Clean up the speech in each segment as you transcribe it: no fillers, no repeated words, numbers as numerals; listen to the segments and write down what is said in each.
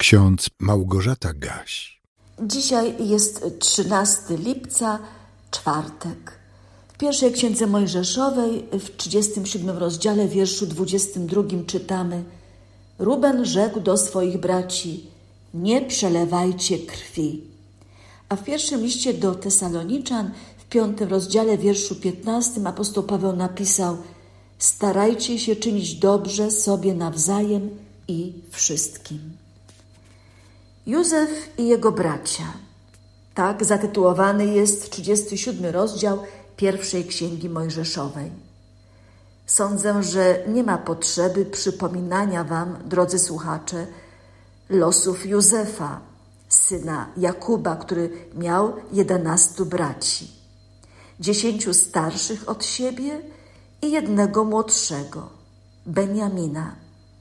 ksiądz Małgorzata Gaś. Dzisiaj jest 13 lipca, czwartek. W pierwszej księdze Mojżeszowej, w 37 rozdziale, wierszu 22 czytamy: Ruben rzekł do swoich braci: nie przelewajcie krwi. A w pierwszym liście do Tesaloniczan, w 5 rozdziale, wierszu 15, apostoł Paweł napisał: starajcie się czynić dobrze sobie nawzajem i wszystkim. Józef i jego bracia. Tak zatytułowany jest 37 rozdział pierwszej księgi Mojżeszowej. Sądzę, że nie ma potrzeby przypominania wam, drodzy słuchacze, losów Józefa, syna Jakuba, który miał 11 braci, 10 starszych od siebie i jednego młodszego, Benjamina.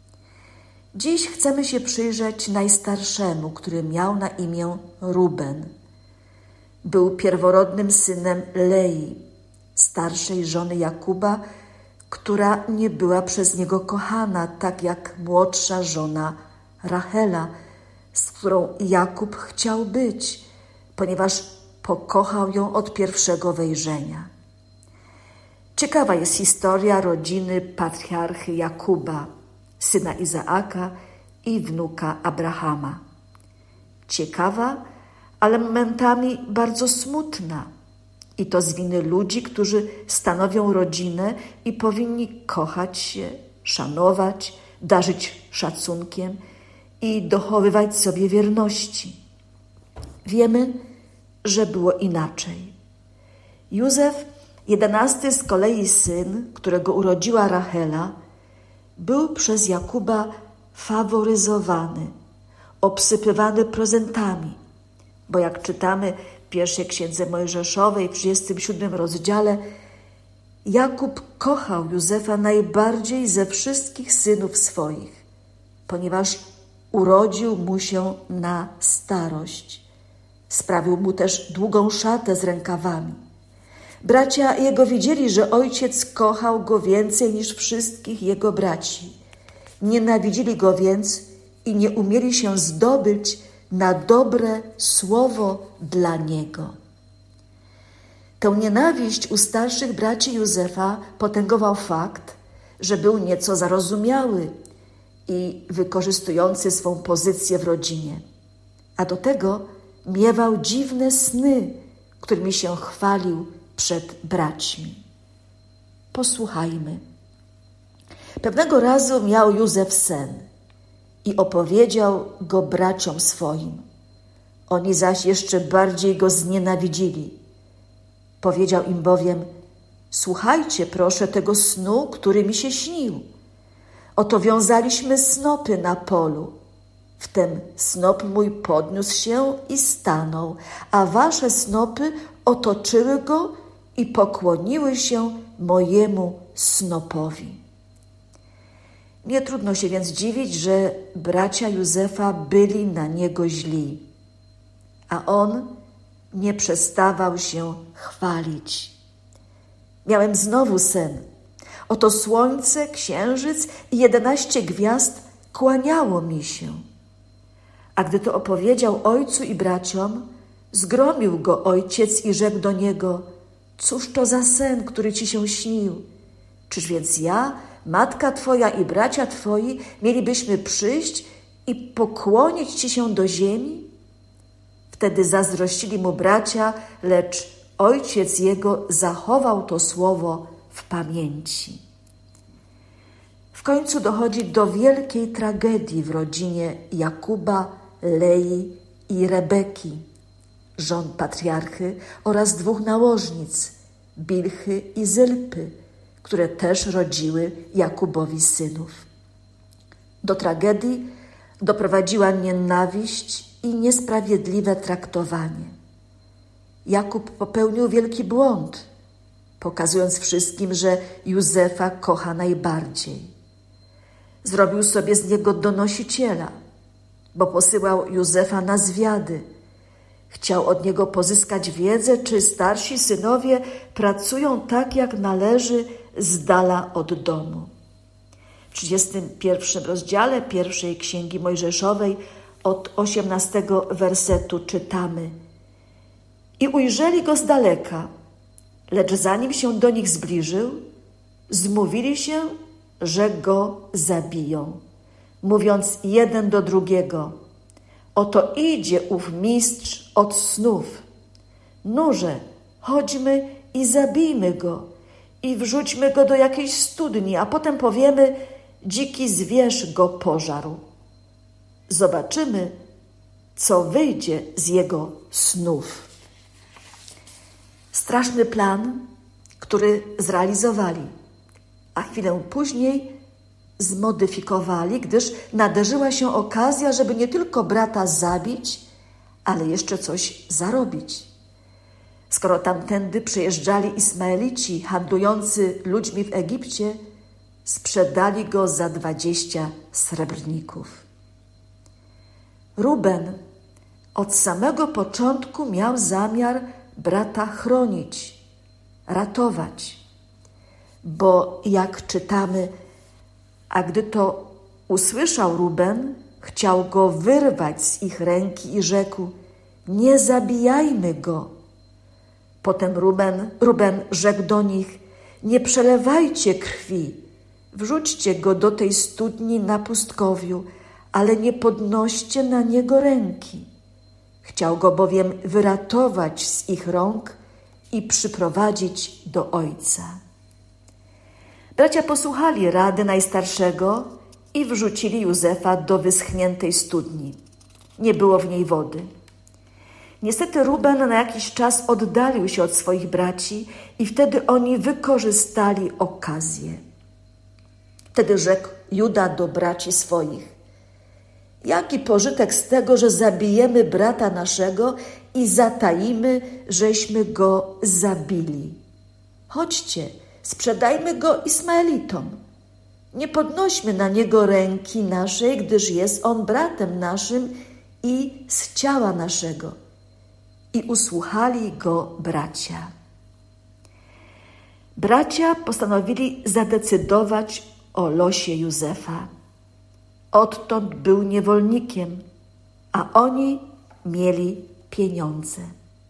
Dziś chcemy się przyjrzeć najstarszemu, który miał na imię Ruben. Był pierworodnym synem Lei, starszej żony Jakuba, która nie była przez niego kochana, tak jak młodsza żona Rachela, z którą Jakub chciał być, ponieważ pokochał ją od pierwszego wejrzenia. Ciekawa jest historia rodziny patriarchy Jakuba, syna Izaaka i wnuka Abrahama. Ciekawa, ale momentami bardzo smutna. I to z winy ludzi, którzy stanowią rodzinę i powinni kochać się, szanować, darzyć szacunkiem i dochowywać sobie wierności. Wiemy, że było inaczej. Józef, 11 z kolei syn, którego urodziła Rachela, był przez Jakuba faworyzowany, obsypywany prezentami, bo jak czytamy w pierwszej księdze Mojżeszowej w 37 rozdziale, Jakub kochał Józefa najbardziej ze wszystkich synów swoich, ponieważ urodził mu się na starość. Sprawił mu też długą szatę z rękawami. Bracia jego widzieli, że ojciec kochał go więcej niż wszystkich jego braci. Nienawidzili go więc i nie umieli się zdobyć na dobre słowo dla niego. Tę nienawiść u starszych braci Józefa potęgował fakt, że był nieco zarozumiały i wykorzystujący swą pozycję w rodzinie. A do tego miewał dziwne sny, którymi się chwalił przed braćmi. Posłuchajmy. Pewnego razu miał Józef sen i opowiedział go braciom swoim. Oni zaś jeszcze bardziej go znienawidzili. Powiedział im bowiem: słuchajcie proszę tego snu, który mi się śnił. Oto wiązaliśmy snopy na polu. Wtem snop mój podniósł się i stanął, a wasze snopy otoczyły go i pokłoniły się mojemu snopowi. Nie trudno się więc dziwić, że bracia Józefa byli na niego źli, a on nie przestawał się chwalić. Miałem znowu sen. Oto słońce, księżyc i 11 gwiazd kłaniało mi się. A gdy to opowiedział ojcu i braciom, zgromił go ojciec i rzekł do niego: cóż to za sen, który ci się śnił? Czyż więc ja, matka twoja i bracia twoi mielibyśmy przyjść i pokłonić ci się do ziemi? Wtedy zazdrościli mu bracia, lecz ojciec jego zachował to słowo w pamięci. W końcu dochodzi do wielkiej tragedii w rodzinie Jakuba, Lei i Rebeki, żon patriarchy, oraz 2 nałożnic, Bilchy i Zylpy, które też rodziły Jakubowi synów. Do tragedii doprowadziła nienawiść i niesprawiedliwe traktowanie. Jakub popełnił wielki błąd, pokazując wszystkim, że Józefa kocha najbardziej. Zrobił sobie z niego donosiciela, bo posyłał Józefa na zwiady. Chciał od niego pozyskać wiedzę, czy starsi synowie pracują tak, jak należy, z dala od domu. W 31 rozdziale pierwszej księgi Mojżeszowej od 18 wersetu czytamy: I ujrzeli go z daleka, lecz zanim się do nich zbliżył, zmówili się, że go zabiją, mówiąc jeden do drugiego: Oto idzie ów mistrz od snów. Nurze, chodźmy i zabijmy go i wrzućmy go do jakiejś studni, a potem powiemy: dziki zwierz go pożarł. Zobaczymy, co wyjdzie z jego snów. Straszny plan, który zrealizowali, a chwilę później zmodyfikowali, gdyż nadarzyła się okazja, żeby nie tylko brata zabić, ale jeszcze coś zarobić. Skoro tamtędy przyjeżdżali Ismaelici handlujący ludźmi w Egipcie, sprzedali go za 20 srebrników. Ruben od samego początku miał zamiar brata chronić, ratować, bo jak czytamy, a gdy to usłyszał Ruben, chciał go wyrwać z ich ręki i rzekł: nie zabijajmy go. Potem Ruben rzekł do nich: nie przelewajcie krwi, wrzućcie go do tej studni na pustkowiu, ale nie podnoście na niego ręki. Chciał go bowiem wyratować z ich rąk i przyprowadzić do ojca. Bracia posłuchali rady najstarszego i wrzucili Józefa do wyschniętej studni. Nie było w niej wody. Niestety Ruben na jakiś czas oddalił się od swoich braci i wtedy oni wykorzystali okazję. Wtedy rzekł Juda do braci swoich: jaki pożytek z tego, że zabijemy brata naszego i zataimy, żeśmy go zabili? Chodźcie, sprzedajmy go Ismaelitom. Nie podnośmy na niego ręki naszej, gdyż jest on bratem naszym i z ciała naszego. I usłuchali go bracia. Bracia postanowili zadecydować o losie Józefa. Odtąd był niewolnikiem, a oni mieli pieniądze.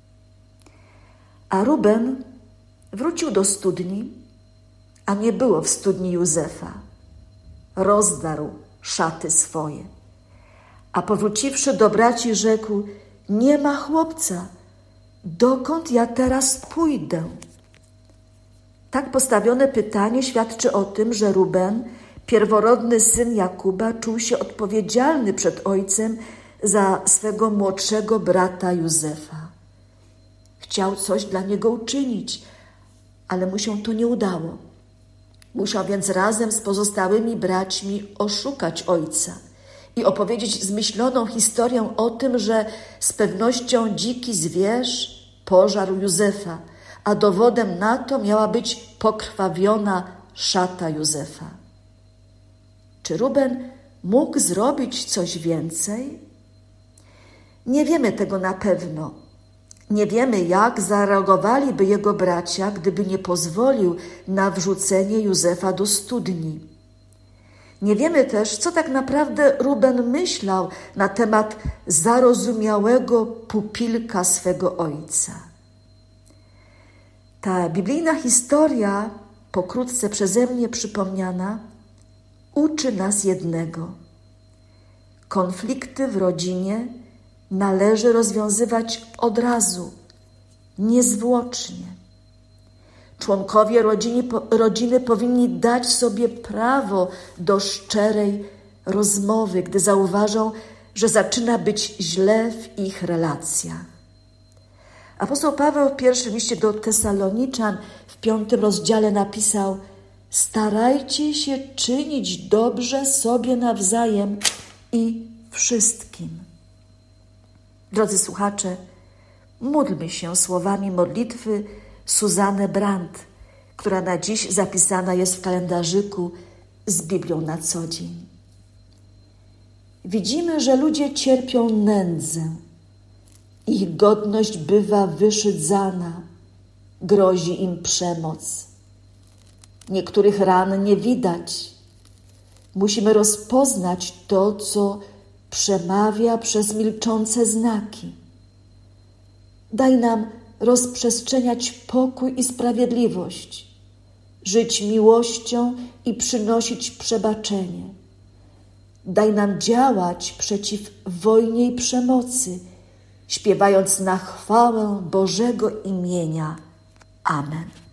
A Ruben wrócił do studni, a nie było w studni Józefa. Rozdarł szaty swoje. A powróciwszy do braci, rzekł: nie ma chłopca, dokąd ja teraz pójdę? Tak postawione pytanie świadczy o tym, że Ruben, pierworodny syn Jakuba, czuł się odpowiedzialny przed ojcem za swego młodszego brata Józefa. Chciał coś dla niego uczynić, ale mu się to nie udało. Musiał więc razem z pozostałymi braćmi oszukać ojca i opowiedzieć zmyśloną historię o tym, że z pewnością dziki zwierz pożarł Józefa, a dowodem na to miała być pokrwawiona szata Józefa. Czy Ruben mógł zrobić coś więcej? Nie wiemy tego na pewno. Nie wiemy, jak zareagowaliby jego bracia, gdyby nie pozwolił na wrzucenie Józefa do studni. Nie wiemy też, co tak naprawdę Ruben myślał na temat zarozumiałego pupilka swego ojca. Ta biblijna historia, pokrótce przeze mnie przypomniana, uczy nas jednego. Konflikty w rodzinie należy rozwiązywać od razu, niezwłocznie. Członkowie rodziny powinni dać sobie prawo do szczerej rozmowy, gdy zauważą, że zaczyna być źle w ich relacjach. Apostoł Paweł w pierwszym liście do Tesaloniczan w 5 rozdziale napisał: starajcie się czynić dobrze sobie nawzajem i wszystkim. Drodzy słuchacze, módlmy się słowami modlitwy Suzanny Brandt, która na dziś zapisana jest w kalendarzyku z Biblią na co dzień. Widzimy, że ludzie cierpią nędzę. Ich godność bywa wyszydzana, grozi im przemoc. Niektórych ran nie widać. Musimy rozpoznać to, co przemawia przez milczące znaki. Daj nam rozprzestrzeniać pokój i sprawiedliwość, żyć miłością i przynosić przebaczenie. Daj nam działać przeciw wojnie i przemocy, śpiewając na chwałę Bożego imienia. Amen.